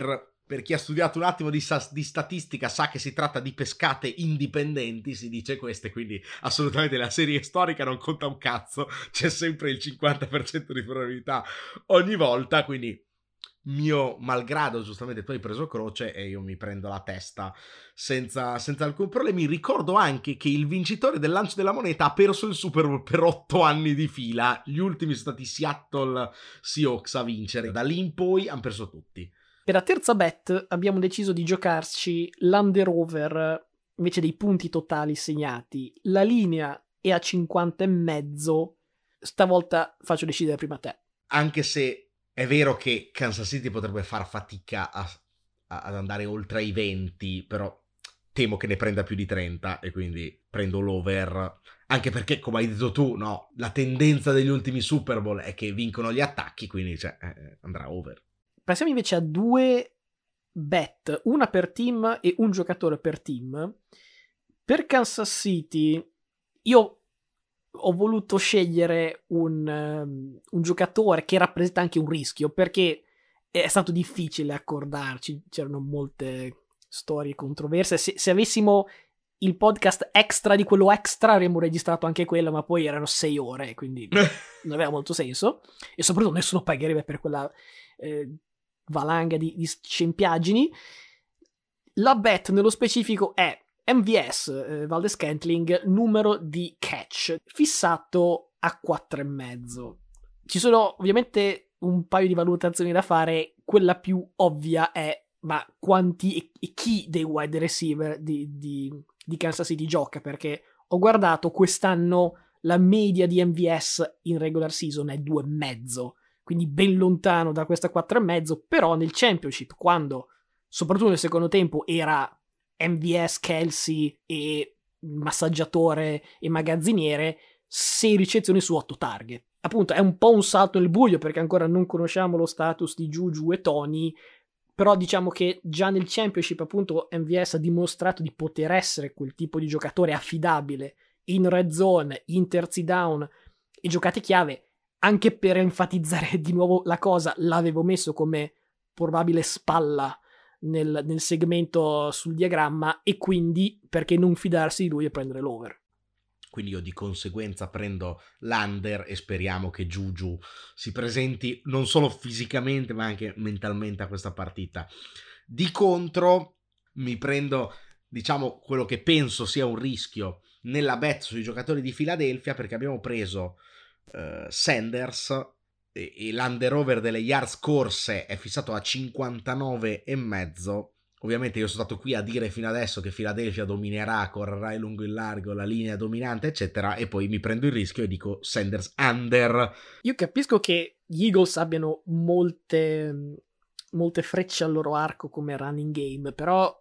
per chi ha studiato un attimo di, sa- di statistica sa che si tratta di pescate indipendenti, si dice queste, quindi assolutamente la serie storica non conta un cazzo, c'è sempre il cinquanta per cento di probabilità ogni volta, quindi mio malgrado, giustamente tu hai preso croce e io mi prendo la testa senza, senza alcun problema. Ricordo anche che il vincitore del lancio della moneta ha perso il Super Bowl per otto anni di fila, gli ultimi sono stati Seattle Seahawks a vincere, da lì in poi hanno perso tutti. Per la terza bet abbiamo deciso di giocarci l'under-over invece dei punti totali segnati. La linea è a cinquanta e mezzo. Stavolta faccio decidere prima te. Anche se è vero che Kansas City potrebbe far fatica a, a, ad andare oltre ai venti, però temo che ne prenda più di trenta e quindi prendo l'over. Anche perché, come hai detto tu, no, la tendenza degli ultimi Super Bowl è che vincono gli attacchi, quindi cioè, eh, andrà over. Passiamo invece a due bet, una per team e un giocatore per team. Per Kansas City io ho voluto scegliere un, um, un giocatore che rappresenta anche un rischio, perché è stato difficile accordarci, c'erano molte storie controverse. Se, se avessimo il podcast extra di quello extra avremmo registrato anche quello, ma poi erano sei ore, quindi non aveva molto senso, e soprattutto nessuno pagherebbe per quella eh, valanga di, di scempiaggini. La bet nello specifico è M V S, eh, Valdes-Scantling, numero di catch fissato a quattro e mezzo. Ci sono ovviamente un paio di valutazioni da fare. Quella più ovvia è ma quanti e, e chi dei wide receiver di, di, di Kansas City gioca, perché ho guardato quest'anno la media di M V S in regular season è due e mezzo, quindi ben lontano da questa quattro e mezzo. Però nel championship, quando soprattutto nel secondo tempo era M V S, Kelsey e massaggiatore e magazziniere, sei ricezioni su otto target. Appunto è un po' un salto nel buio perché ancora non conosciamo lo status di Juju e Tony, però diciamo che già nel championship appunto M V S ha dimostrato di poter essere quel tipo di giocatore affidabile in red zone, in terzi down e giocate chiave. Anche per enfatizzare di nuovo la cosa, l'avevo messo come probabile spalla nel, nel segmento sul diagramma, e quindi perché non fidarsi di lui e prendere l'over. Quindi io di conseguenza prendo l'under e speriamo che Juju si presenti non solo fisicamente ma anche mentalmente a questa partita. Di contro mi prendo, diciamo, quello che penso sia un rischio nella bet sui giocatori di Philadelphia, perché abbiamo preso uh, Sanders e, e l'under over delle yards corse è fissato a cinquantanove e mezzo. Ovviamente io sono stato qui a dire fino adesso che Philadelphia dominerà, correrà in lungo e in largo, la linea dominante, eccetera, e poi mi prendo il rischio e dico Sanders under. Io capisco che gli Eagles abbiano molte, molte frecce al loro arco come running game, però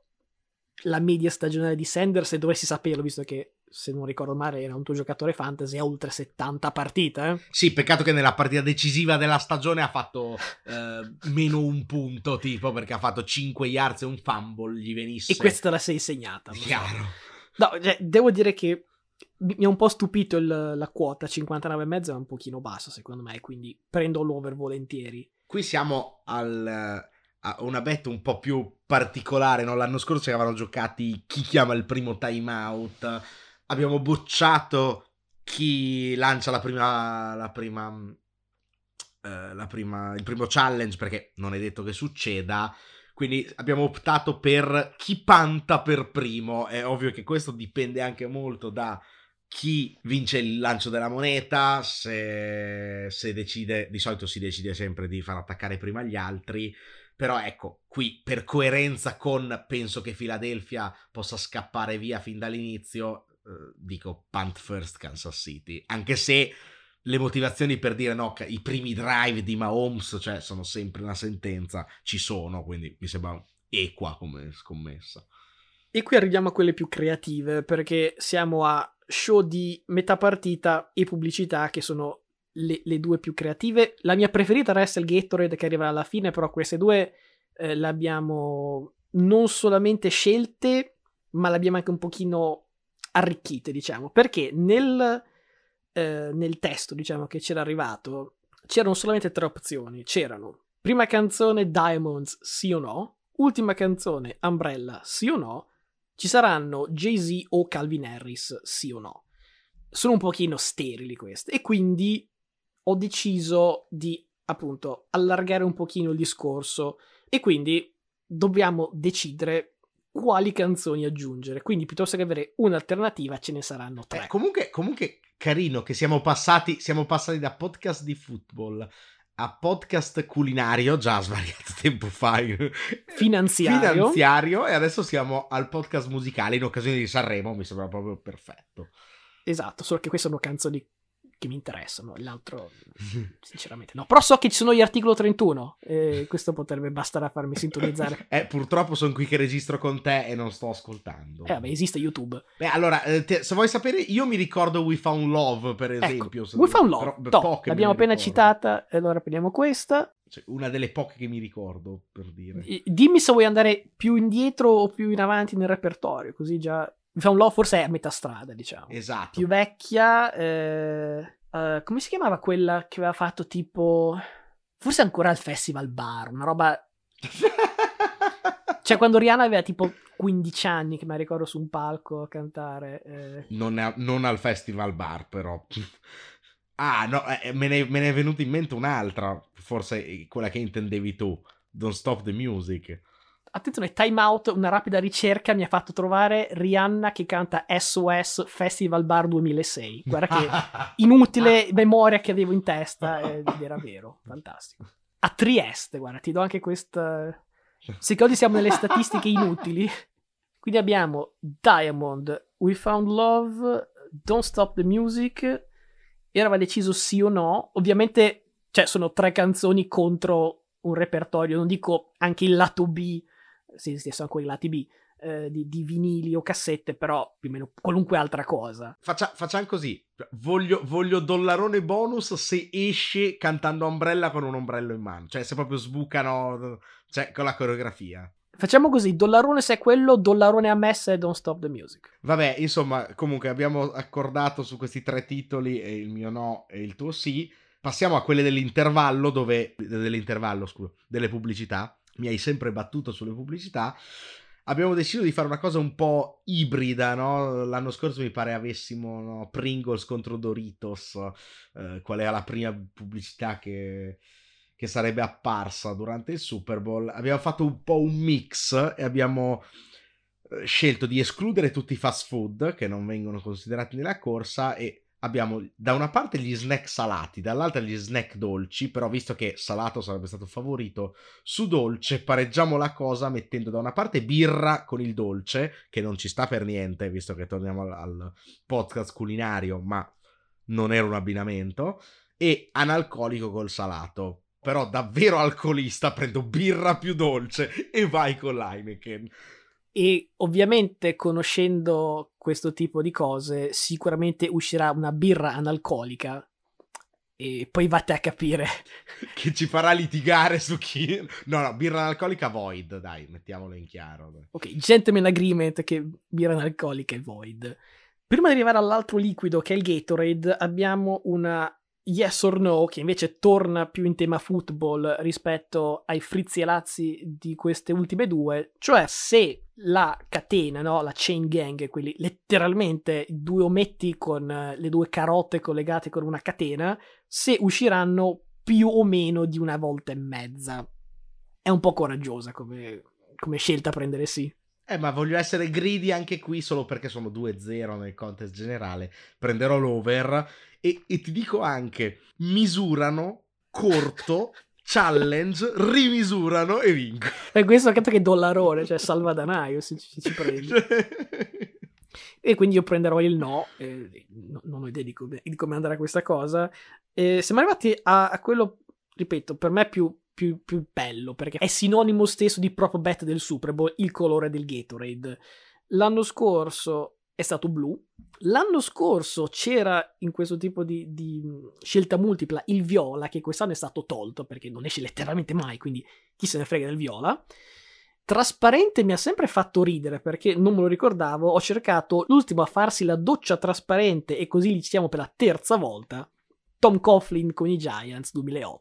la media stagionale di Sanders, se dovessi saperlo, visto che se non ricordo male era un tuo giocatore fantasy, a oltre settanta partite. Eh? Sì, peccato che nella partita decisiva della stagione ha fatto eh, meno un punto, tipo, perché ha fatto cinque yards e un fumble, gli venisse. E questa la sei segnata. Chiaro. No, cioè, devo dire che mi ha un po' stupito il, la quota, cinquantanove e mezzo è un pochino bassa secondo me, quindi prendo l'over volentieri. Qui siamo al... a una bet un po' più particolare, no? L'anno scorso avevano giocati chi chiama il primo timeout, abbiamo bocciato chi lancia la prima la prima eh, la prima il primo challenge perché non è detto che succeda, quindi abbiamo optato per chi panta per primo. È ovvio che questo dipende anche molto da chi vince il lancio della moneta, se, se decide, di solito si decide sempre di far attaccare prima gli altri. Però ecco, qui per coerenza con penso che Philadelphia possa scappare via fin dall'inizio, eh, dico punt first Kansas City, anche se le motivazioni per dire no, i primi drive di Mahomes, cioè, sono sempre una sentenza, ci sono, quindi mi sembra equa come scommessa. E qui arriviamo a quelle più creative, perché siamo a show di metà partita e pubblicità, che sono Le, le due più creative. La mia preferita resta il Gatorade che arriva alla fine, però queste due eh, le abbiamo non solamente scelte, ma le abbiamo anche un pochino arricchite, diciamo, perché nel, eh, nel testo, diciamo, che c'era arrivato c'erano solamente tre opzioni. C'erano prima canzone Diamonds, sì o no, ultima canzone, Umbrella, sì o no, ci saranno Jay-Z o Calvin Harris, sì o no. Sono un pochino sterili queste, e quindi ho deciso di, appunto, allargare un pochino il discorso, e quindi dobbiamo decidere quali canzoni aggiungere. Quindi piuttosto che avere un'alternativa ce ne saranno tre. Eh, comunque, comunque carino che siamo passati, siamo passati da podcast di football a podcast culinario, già svariato tempo fa, finanziario. finanziario, e adesso siamo al podcast musicale in occasione di Sanremo. Mi sembra proprio perfetto. Esatto, solo che queste sono canzoni che mi interessano, l'altro sinceramente no. Però so che ci sono gli articolo trentuno, e questo potrebbe bastare a farmi sintonizzare. Eh, purtroppo sono qui che registro con te e non sto ascoltando. Eh vabbè, esiste YouTube. Beh, allora, eh, te, se vuoi sapere, io mi ricordo We Found Love, per esempio. Ecco, We Found Love, però, top, l'abbiamo appena ricordo. citata, e allora prendiamo questa. Cioè, una delle poche che mi ricordo, per dire. Dimmi se vuoi andare più indietro o più in avanti nel repertorio, così già... We Found Love forse è a metà strada, diciamo. Esatto. Più vecchia, eh, uh, come si chiamava quella che aveva fatto tipo... Forse ancora al Festival Bar, una roba... Cioè quando Rihanna aveva tipo quindici anni, che mi ricordo su un palco a cantare. Eh. Non, è, non al Festival Bar, però. Ah, no, eh, me, ne, me ne è venuta in mente un'altra, forse quella che intendevi tu. Don't Stop the Music. Attenzione, Time Out, una rapida ricerca mi ha fatto trovare Rihanna che canta S O S Festival Bar duemilasei. Guarda che inutile memoria che avevo in testa, ed era vero, fantastico. A Trieste, guarda, ti do anche questa... Se che oggi siamo nelle statistiche inutili. Quindi abbiamo Diamond, We Found Love, Don't Stop the Music, e eravamo deciso sì o no. Ovviamente, cioè, sono tre canzoni contro un repertorio, non dico anche il lato B, sì, sì, sono ancora i lati B, eh, di, di vinili o cassette, però più o meno qualunque altra cosa. Faccia, facciamo così, voglio, voglio dollarone bonus se esce cantando Umbrella con un ombrello in mano, cioè se proprio sbucano, cioè con la coreografia. Facciamo così, dollarone se è quello, dollarone a me se è Don't Stop the Music. Vabbè, insomma, comunque abbiamo accordato su questi tre titoli, e il mio no e il tuo sì. Passiamo a quelle dell'intervallo, dove dell'intervallo, scusa, delle pubblicità. Mi hai sempre battuto sulle pubblicità. Abbiamo deciso di fare una cosa un po' ibrida, no? L'anno scorso mi pare avessimo, no, Pringles contro Doritos, eh, qual era la prima pubblicità che, che sarebbe apparsa durante il Super Bowl. Abbiamo fatto un po' un mix e abbiamo scelto di escludere tutti i fast food che non vengono considerati nella corsa, e abbiamo da una parte gli snack salati, dall'altra gli snack dolci, però visto che salato sarebbe stato favorito, su dolce pareggiamo la cosa mettendo da una parte birra con il dolce, che non ci sta per niente, visto che torniamo al, al podcast culinario, ma non era un abbinamento, e analcolico col salato. Però davvero alcolista, prendo birra più dolce e vai con l'Heineken. E ovviamente, conoscendo questo tipo di cose, sicuramente uscirà una birra analcolica, e poi vate a capire che ci farà litigare su chi... No, no, birra analcolica Void, dai, mettiamolo in chiaro. Dai. Ok, gentleman agreement che birra analcolica è Void. Prima di arrivare all'altro liquido, che è il Gatorade, abbiamo una Yes or No, che invece torna più in tema football rispetto ai frizzi e lazzi di queste ultime due, cioè se la catena, no, la chain gang, quelli letteralmente due ometti con le due carote collegate con una catena, se usciranno più o meno di una volta e mezza. È un po' coraggiosa come, come scelta a prendere sì. Eh, ma voglio essere greedy anche qui, solo perché sono due zero nel contest generale. Prenderò l'over e, e ti dico anche, misurano, corto, challenge, rimisurano e vinco. E questo capito che dollarone, cioè salvadanaio se ci, se ci prendi. E quindi io prenderò il no, eh, no non ho idea di come, di come andrà questa cosa. E siamo arrivati a, a quello, ripeto, per me più Più, più bello, perché è sinonimo stesso di prop bet del Super Bowl, il colore del Gatorade. L'anno scorso è stato blu, l'anno scorso c'era in questo tipo di, di scelta multipla il viola, che quest'anno è stato tolto perché non esce letteralmente mai, quindi chi se ne frega del viola. Trasparente mi ha sempre fatto ridere perché non me lo ricordavo, ho cercato l'ultimo a farsi la doccia trasparente e così li citiamo per la terza volta, Tom Coughlin con i Giants duemilaotto.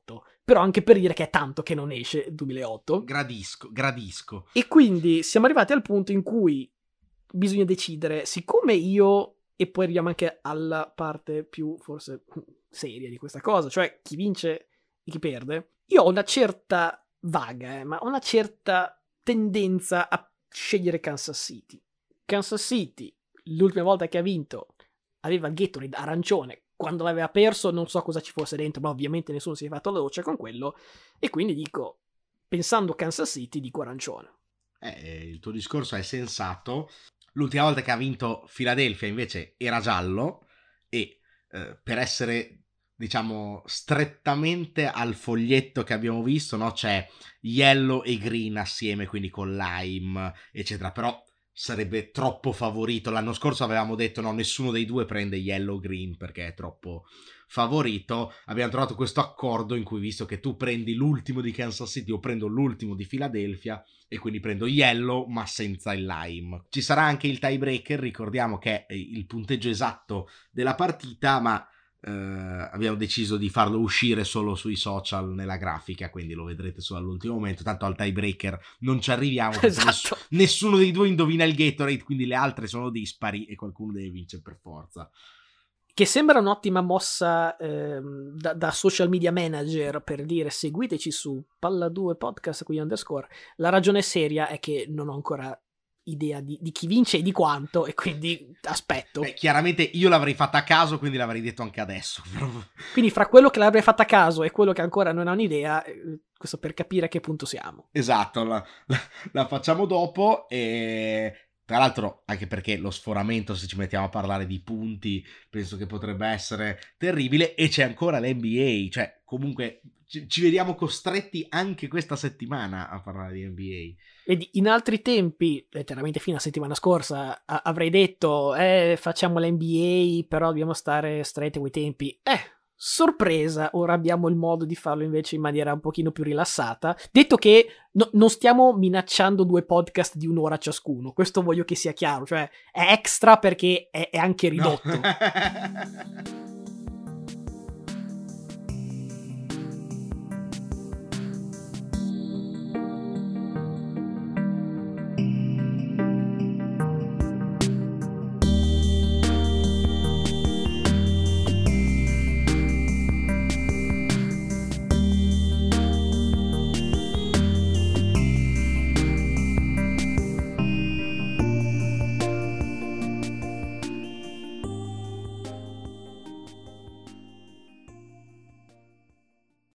però anche per dire che è tanto che non esce il duemilaotto. Gradisco, gradisco. E quindi siamo arrivati al punto in cui bisogna decidere, siccome io, e poi arriviamo anche alla parte più forse seria di questa cosa, cioè chi vince e chi perde, io ho una certa vaga, eh, ma ho una certa tendenza a scegliere Kansas City. Kansas City, l'ultima volta che ha vinto, aveva il Gatorade arancione. Quando l'aveva perso non so cosa ci fosse dentro, ma ovviamente nessuno si è fatto la doccia con quello, e quindi dico, pensando Kansas City, dico arancione. Eh, il tuo discorso è sensato. L'ultima volta che ha vinto Philadelphia invece era giallo, e eh, per essere, diciamo, strettamente al foglietto che abbiamo visto, no, c'è yellow e green assieme, quindi con lime, eccetera, però sarebbe troppo favorito. L'anno scorso avevamo detto no, nessuno dei due prende yellow green perché è troppo favorito. Abbiamo trovato questo accordo in cui, visto che tu prendi l'ultimo di Kansas City, io prendo l'ultimo di Philadelphia, e quindi prendo yellow ma senza il lime. Ci sarà anche il tiebreaker, ricordiamo che è il punteggio esatto della partita, ma Uh, abbiamo deciso di farlo uscire solo sui social nella grafica, quindi lo vedrete solo all'ultimo momento. Tanto al tiebreaker non ci arriviamo, esatto. ness- nessuno dei due indovina il Gatorade, quindi le altre sono dispari e qualcuno deve vincere per forza. Che sembra un'ottima mossa ehm, da, da social media manager per dire seguiteci su Palla due Podcast qui underscore. La ragione seria è che non ho ancora idea di, di chi vince e di quanto, e quindi aspetto. Beh, chiaramente io l'avrei fatta a caso, quindi l'avrei detto anche adesso. Quindi fra quello che l'avrei fatta a caso e quello che ancora non ha un'idea, questo per capire a che punto siamo. Esatto, la, la, la facciamo dopo. E tra l'altro anche perché lo sforamento, se ci mettiamo a parlare di punti, penso che potrebbe essere terribile, e c'è ancora l'N B A, cioè comunque ci, ci vediamo costretti anche questa settimana a parlare di N B A. E in altri tempi, letteralmente fino a settimana scorsa, a- avrei detto eh, facciamo l'N B A, però dobbiamo stare stretti coi tempi. Eh, sorpresa, ora abbiamo il modo di farlo invece in maniera un pochino più rilassata. Detto che no, non stiamo minacciando due podcast di un'ora ciascuno, questo voglio che sia chiaro, cioè è extra perché è, è anche ridotto. No.